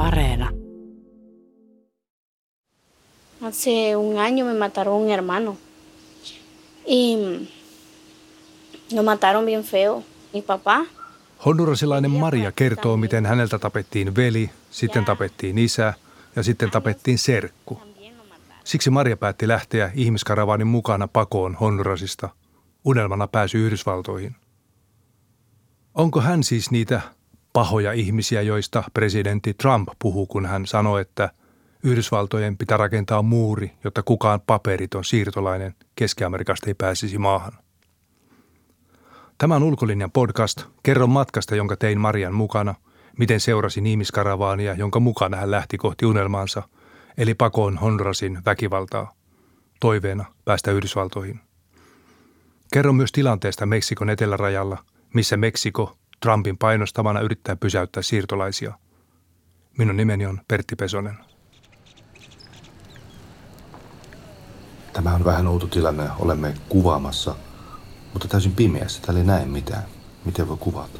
Areena. Hace un año me mataron un hermano. Y lo mataron bien feo. Mi papá. Hondurasilainen Maria kertoo, miten häneltä tapettiin veli, sitten tapettiin isä ja sitten tapettiin serkku. Siksi Maria päätti lähteä ihmiskaravaanin mukana pakoon Hondurasista, unelmana pääsy Yhdysvaltoihin. Onko hän siis niitä pahoja ihmisiä, joista presidentti Trump puhuu, kun hän sanoi, että Yhdysvaltojen pitää rakentaa muuri, jotta kukaan paperiton siirtolainen Keski-Amerikasta ei pääsisi maahan? Tämä on Ulkolinjan podcast. Kerron matkasta, jonka tein Marian mukana, miten seurasin ihmiskaravaania, jonka mukana hän lähti kohti unelmaansa, eli pakoon Hondurasin väkivaltaa, toiveena päästä Yhdysvaltoihin. Kerron myös tilanteesta Meksikon etelärajalla, missä Meksiko Trumpin painostamana yrittää pysäyttää siirtolaisia. Minun nimeni on Pertti Pesonen. Tämä on vähän outo tilanne. Olemme kuvaamassa, mutta täysin pimeässä. Täällä ei näe mitään. Miten voi kuvata?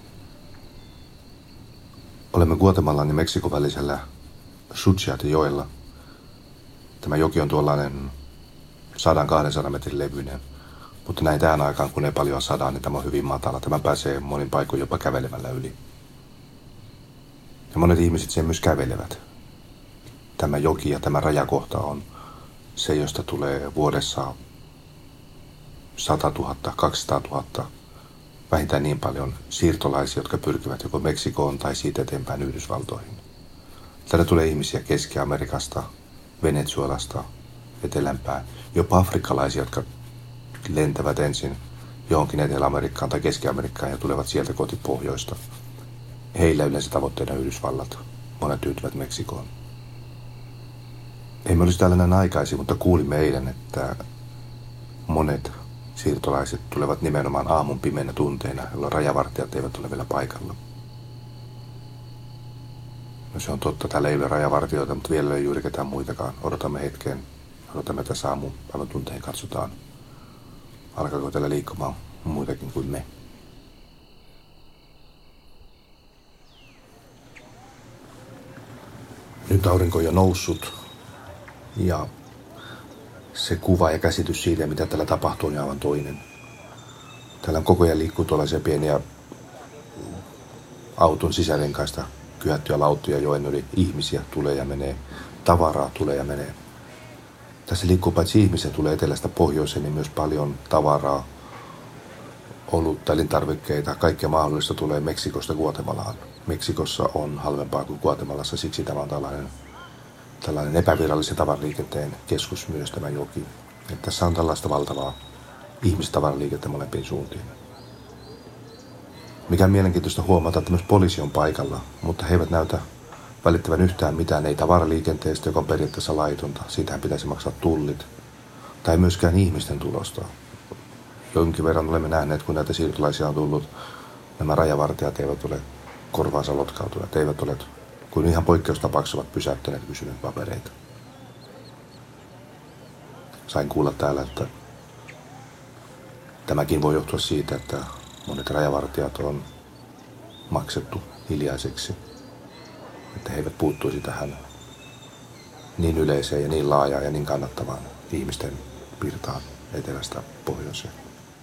Olemme Guatemalan ja Meksikon välisellä Suchiate-joella. Tämä joki on tuollainen 100-200 metrin levyinen. Mutta näin tähän aikaan, kun ei paljon sadaa, niin tämä on hyvin matala. Tämä pääsee monin paikoin jopa kävelemällä yli. Ja monet ihmiset siihen myös kävelevät. Tämä joki ja tämä rajakohta on se, josta tulee vuodessa 100 000, 200 000, vähintään niin paljon siirtolaisia, jotka pyrkivät joko Meksikoon tai siitä eteenpäin Yhdysvaltoihin. Täällä tulee ihmisiä Keski-Amerikasta, Venezuelasta, etelämpään, jopa afrikkalaisia, jotka lentävät ensin johonkin Etelä-Amerikkaan tai Keski-Amerikkaan ja tulevat sieltä kohti pohjoista. Heillä yleensä tavoitteena Yhdysvallat. Monet tyytyvät Meksikoon. Emme olisi täällä näin aikaisin, mutta kuulimme eilen, että monet siirtolaiset tulevat nimenomaan aamun pimeinä tunteina, jolloin rajavartijat eivät ole vielä paikalla. No se on totta, täällä ei ole rajavartijoita, mutta vielä ei juuri ketään muitakaan. Odotamme hetken, odotamme tässä aamun päivän tunteen, katsotaan. Alkaako täällä liikkumaan muitakin kuin me? Nyt aurinko on jo noussut ja se kuva ja käsitys siitä, mitä täällä tapahtuu, on aivan toinen. Täällä on koko ajan liikkuu tuollaisia pieniä auton sisärenkaista kyhättyjä lauttoja joen yli. Ihmisiä tulee ja menee, tavaraa tulee ja menee. Tässä liikkuu paitsi ihmisiä tulee etelästä pohjoiseen, niin myös paljon tavaraa, olutta, elintarvikkeita, kaikkea mahdollista tulee Meksikosta Guatemalaan. Meksikossa on halvempaa kuin Guatemalassa, siksi tämä on tällainen epävirallisen tavaraliikenteen keskus myös tämä joki. Että tässä on tällaista valtavaa ihmistavaraliikettä molempiin suuntiin. Mikä on mielenkiintoista huomata, että myös poliisi on paikalla, mutta he eivät näytä välittävän yhtään mitään, ei tavaraliikenteestä, joka on periaatteessa laitonta. Siitähän pitäisi maksaa tullit. Tai myöskään ihmisten tulosta. Jonkin verran olemme nähneet, kun näitä siirtolaisia on tullut, nämä rajavartijat eivät ole korvaansa lotkautuneet, eivät ole kuin ihan poikkeustapauksessa ovat pysäyttäneet ja kysyneet papereita. Sain kuulla täällä, että tämäkin voi johtua siitä, että monet rajavartijat on maksettu hiljaiseksi. Että he eivät puuttuisi tähän niin yleiseen ja niin laajaan ja niin kannattavaan ihmisten virtaan etelästä pohjoiseen.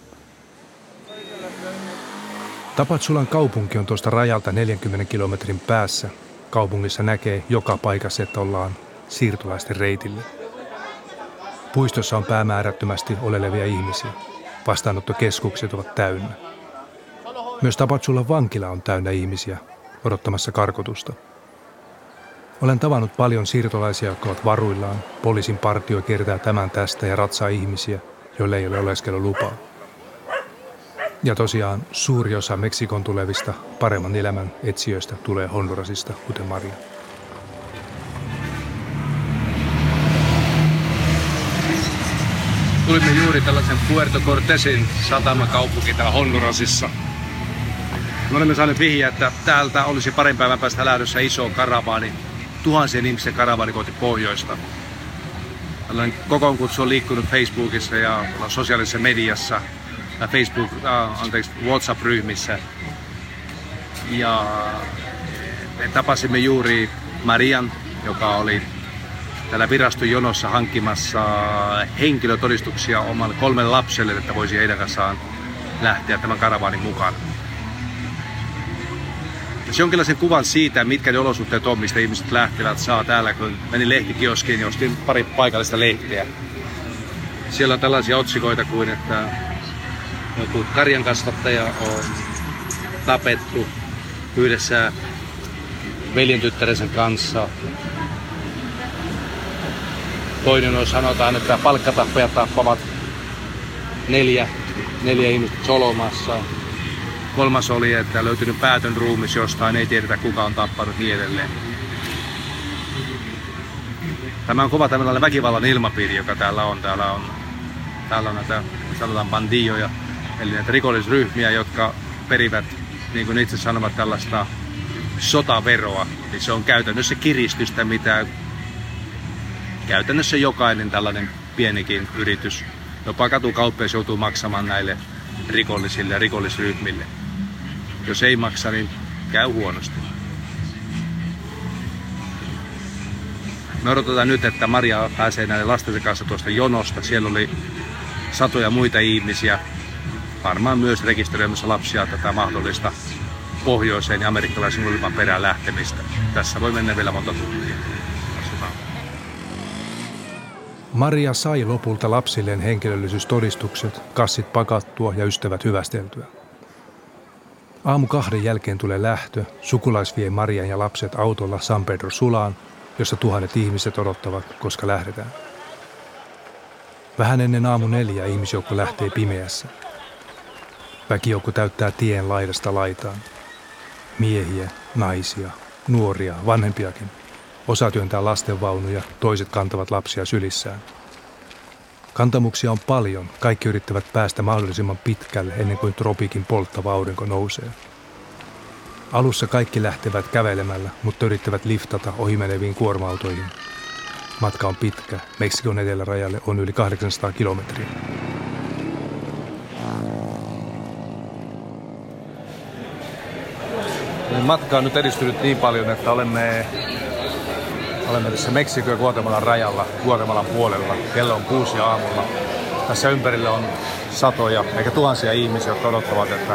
Tapatsulan kaupunki on tuosta rajalta 40 kilometrin päässä. Kaupungissa näkee joka paikassa, että ollaan siirtolaisten reitillä. Puistossa on päämäärättömästi olevia ihmisiä. Vastaanottokeskukset ovat täynnä. Myös Tapatsulan vankila on täynnä ihmisiä odottamassa karkotusta. Olen tavannut paljon siirtolaisia, jotka ovat varuillaan. Poliisin partio kiertää tämän tästä ja ratsaa ihmisiä, joille ei ole oleskelulupaa. Ja tosiaan suuri osa Meksikon tulevista paremman elämän etsijöistä tulee Hondurasista, kuten Maria. Tulimme juuri tällaisen Puerto Cortesin satamakaupunki täällä Hondurasissa. Me olemme saaneet vihjeä, että täältä olisi parin päivän päästä lähdössä iso karavaani, tuhansien ihmisten karavaani kohti pohjoista. Tällainen kokoonkutsu on liikkunut Facebookissa ja sosiaalisessa mediassa, WhatsApp-ryhmissä. Ja me tapasimme juuri Marian, joka oli täällä viraston jonossa hankkimassa henkilötodistuksia omalle 3 lapselle, että voisi heidän kanssaan lähteä tämän karavaanin mukaan. Se jonkinlaisen kuvan siitä, mitkä ne olosuhteet on, mistä ihmiset lähtevät, saa täällä, kun menin lehtikioskiin ja ostin pari paikallista lehteä. Siellä on tällaisia otsikoita kuin, että joku karjankasvattaja on tapettu yhdessä veljentyttärensä kanssa. Toinen on, sanotaan, että palkkatappajat tappavat 4 ihmistä Solomassa. 3. oli, että löytynyt päätön ruumis jostain, ei tiedetä kuka on tappanut, niin edelleen. Tämä on kova tämmöinen väkivallan ilmapiiri, joka täällä on. Täällä on näitä, sanotaan bandioja, eli näitä rikollisryhmiä, jotka perivät, niin kuin itse sanovat, tällaista sotaveroa. Niin se on käytännössä kiristystä, mitä käytännössä jokainen tällainen pienikin yritys, jopa katukauppias joutuu maksamaan näille rikollisille ja rikollisryhmille. Jos ei maksa, niin käy huonosti. Me odotetaan nyt, että Maria pääsee näiden lastensa kanssa tuosta jonosta. Siellä oli satoja muita ihmisiä, varmaan myös rekisteröimässä lapsia tätä mahdollista pohjoiseen ja amerikkalaisen ilman perään lähtemistä. Tässä voi mennä vielä monta tuntia. Maria sai lopulta lapsilleen henkilöllisyystodistukset, kassit pakattua ja ystävät hyvästeltyä. Aamu 2 jälkeen tulee lähtö, sukulais vie Marian ja lapset autolla San Pedro Sulaan, jossa 1000 ihmiset odottavat, koska lähdetään. Vähän ennen aamu 4 ihmisjoukko lähtee pimeässä. Väkijoukko täyttää tien laidasta laitaan. Miehiä, naisia, nuoria, vanhempiakin. Osa työntää lastenvaunuja, toiset kantavat lapsia sylissään. Kantamuksia on paljon, kaikki yrittävät päästä mahdollisimman pitkälle ennen kuin tropiikin polttava aurinko nousee. Alussa kaikki lähtevät kävelemällä, mutta yrittävät liftata ohimeneviin kuorma-autoihin. Matka on pitkä, Meksikon etelärajalle on yli 800 kilometriä. Matka on nyt edistynyt niin paljon, että olemme tässä Meksikon ja Guatemalan rajalla, Guatemalan puolella. Kello on 6 aamulla. Tässä ympärillä on satoja, eikä tuhansia ihmisiä, jotka odottavat, että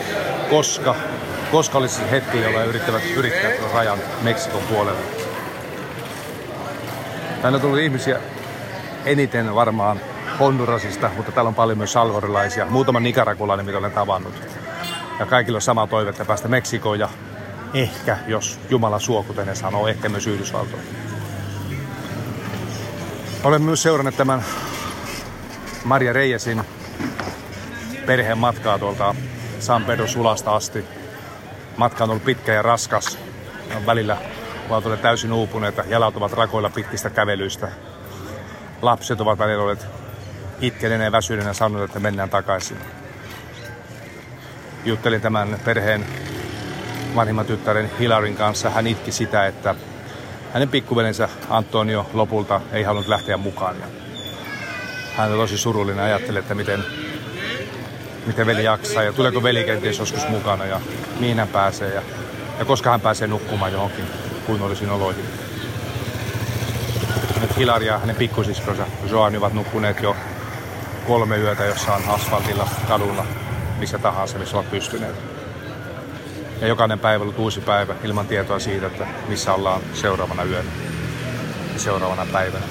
koska olisi se hetki, jolla yrittää tuon rajan Meksikon puolelle. Tänne on tullut ihmisiä eniten varmaan Hondurasista, mutta täällä on paljon myös salvadorilaisia, muutama nikaragulainen, mitä olen tavannut. Ja kaikilla on sama toive, että päästä Meksikoon ja ehkä, jos Jumala suo, kuten ne sanoo, ehkä myös Yhdysvaltoihin. Olen myös seurannut tämän Maria Reyesin perheen matkaa tuolta San Pedro Sulasta asti. Matka on ollut pitkä ja raskas. Välillä ovat olleet täysin uupuneita, jalat ovat rakoilla pitkistä kävelyistä. Lapset ovat välillä olleet itkeneen ja väsyneenä ja sanoneet, että mennään takaisin. Juttelin tämän perheen vanhimman tyttären Hilarin kanssa. Hän itki sitä, että hänen pikkuvelensä Antonio lopulta ei halunnut lähteä mukaan. Hän on tosi surullinen ja ajattelee, että miten veli jaksaa ja tuleeko veli kenties joskus mukana ja mihin hän pääsee ja koska hän pääsee nukkumaan johonkin kunnollisiin oloihin. Nyt Hilar ja hänen pikkusiskonsa Joan ovat nukkuneet jo 3 yötä jossain asfaltilla, kadulla, missä tahansa, missä ovat pystyneet. Ja jokainen päivä on ollut uusi päivä ilman tietoa siitä, että missä ollaan seuraavana yönä ja seuraavana päivänä.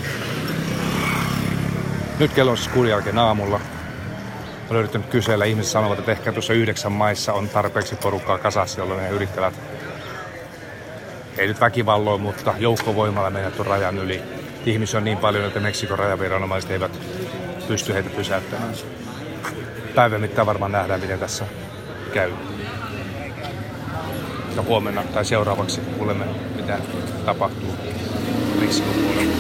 Nyt kello on siis 6 jälkeen aamulla. Olen yrittänyt kysellä. Ihmiset sanovat, että ehkä tuossa 9 maissa on tarpeeksi porukkaa kasassa, jolloin he yrittävät, ei nyt väkivalloin, mutta joukkovoimalla mennä tuon rajan yli. Ihmisiä on niin paljon, että Meksikon rajaviranomaiset eivät pysty heitä pysäyttämään. Päivän mittaan varmaan nähdään, miten tässä käy. Ja huomenna tai seuraavaksi kuulemme, mitä tapahtuu Meksikon puolella.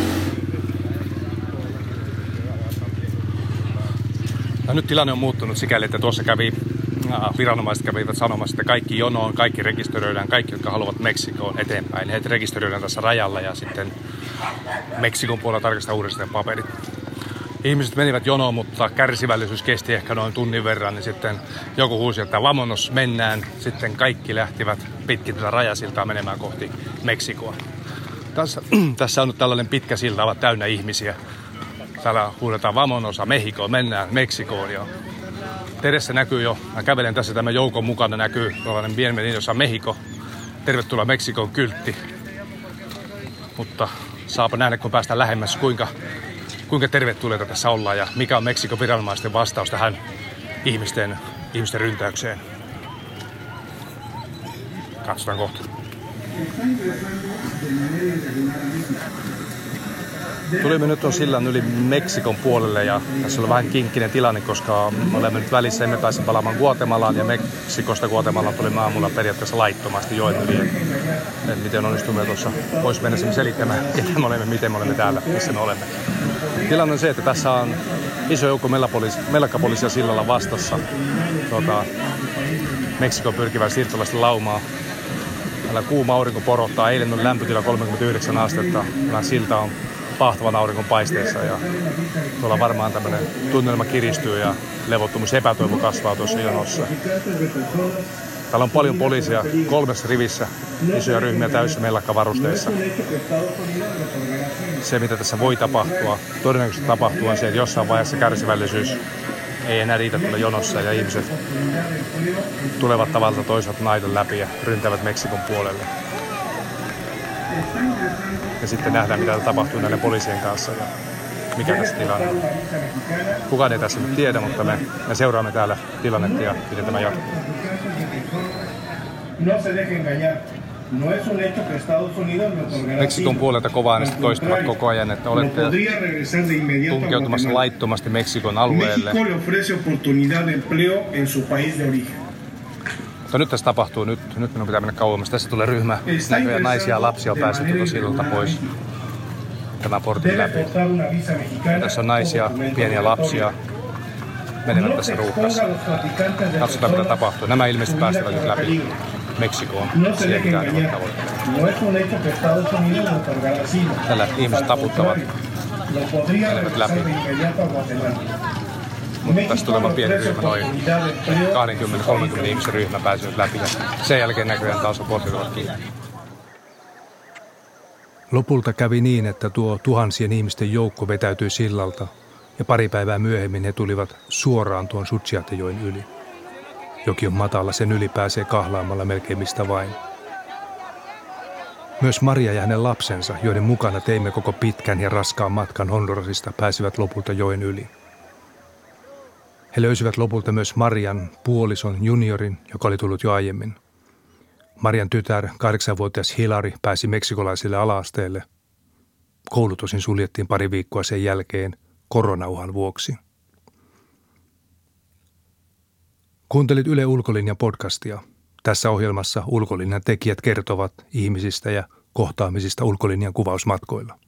No, nyt tilanne on muuttunut sikäli, että tuossa viranomaiset kävivät sanomassa, että kaikki jonoon, kaikki rekisteröidään, kaikki, jotka haluavat Meksikoon eteenpäin. Heitä rekisteröidään tässä rajalla ja sitten Meksikon puolella tarkastaa uudestaan paperit. Ihmiset menivät jonoon, mutta kärsivällisyys kesti ehkä noin tunnin verran, niin sitten joku huusi, että vamonos, mennään. Sitten kaikki lähtivät pitkin tätä rajasiltaa menemään kohti Meksikoa. Tässä on nyt tällainen pitkä silta, ovat täynnä ihmisiä. Täällä huudetaan vamonos a Mexico, mennään Meksikoon. Ja edessä näkyy jo, mä kävelen tässä tämän joukon mukana, näkyy tällainen bienvenidos a Mexico. Tervetuloa Meksikon kyltti. Mutta saapa nähdä, kun päästään lähemmäs, kuinka tervetulleita tässä ollaan ja mikä on Meksikon viranomaisten vastaus tähän ihmisten ryntäykseen. Katsotaan kohta. Tulimme nyt sillan yli Meksikon puolelle ja tässä on vähän kinkkinen tilanne, koska olemme nyt välissä, emme pääse palaamaan Guatemalaan ja Meksikosta Guatemalaan tulimme aamulla periaatteessa laittomasti joen yli. Et miten onnistumme tuossa pois mennessä selittämään, ketä me olemme, miten me olemme täällä, missä me olemme. Tilanne on se, että tässä on iso joukko mellakkapoliisia sillalla vastassa Meksikon pyrkivää siirtolaisten laumaa. Täällä kuuma aurinko porottaa, eilen on lämpötila 39 astetta, tämä silta on pahtavan auringon paisteessa ja tuolla varmaan tämmöinen tunnelma kiristyy ja levottomuus epätoivo kasvaa tuossa jonossa. Täällä on paljon poliisia 3 rivissä, isoja ryhmiä täysissä mellakkavarusteissa. Se, mitä tässä voi tapahtua, todennäköisesti tapahtuu, on se, että jossain vaiheessa kärsivällisyys ei enää riitä tuolla jonossa ja ihmiset tulevat tavalla toisaalta naidon läpi ja ryntävät Meksikon puolelle. Ja sitten nähdään, mitä tapahtuu näiden poliisien kanssa ja mikä tässä tilanne on. Kukaan ei tässä nyt tiedä, mutta me seuraamme täällä tilannetta ja miten tämä jatkuu. Meksikon puolelta kovaäänesti toistavat koko ajan, että olette tunkeutumassa laittomasti Meksikon alueelle. Mutta nyt tässä tapahtuu, nyt minun pitää mennä kauemmas. Tässä tulee ryhmä, näköjään naisia ja lapsia on päässyt sillalta pois tämän portin läpi. Tässä on naisia, pieniä lapsia, menevät tässä ruuhkassa. Katsotaan mitä tapahtuu. Nämä ilmeisesti päästävät nyt läpi Meksikoon. Siihen mitä ne ovat tavoitteet. Tällä ihmiset taputtavat, menevät läpi. Mutta tässä tulee vain pieni ryhmä, noin 20-30 ihmisen ryhmä pääsee läpi. Ja sen jälkeen näköjään taas on portit ovat kiinni. Lopulta kävi niin, että tuo tuhansien ihmisten joukko vetäytyi sillalta ja pari päivää myöhemmin he tulivat suoraan tuon Suchiatejoen yli. Joki on matala, sen yli pääsee kahlaamalla melkein mistä vain. Myös Maria ja hänen lapsensa, joiden mukana teimme koko pitkän ja raskaan matkan Hondurasista, pääsivät lopulta joen yli. He löysivät lopulta myös Marian puolison Juniorin, joka oli tullut jo aiemmin. Marian tytär, 8-vuotias Hilari, pääsi meksikolaisille ala-asteelle. Koulu tosin suljettiin pari viikkoa sen jälkeen koronauhan vuoksi. Kuuntelit Yle Ulkolinjan podcastia. Tässä ohjelmassa Ulkolinjan tekijät kertovat ihmisistä ja kohtaamisista Ulkolinjan kuvausmatkoilla.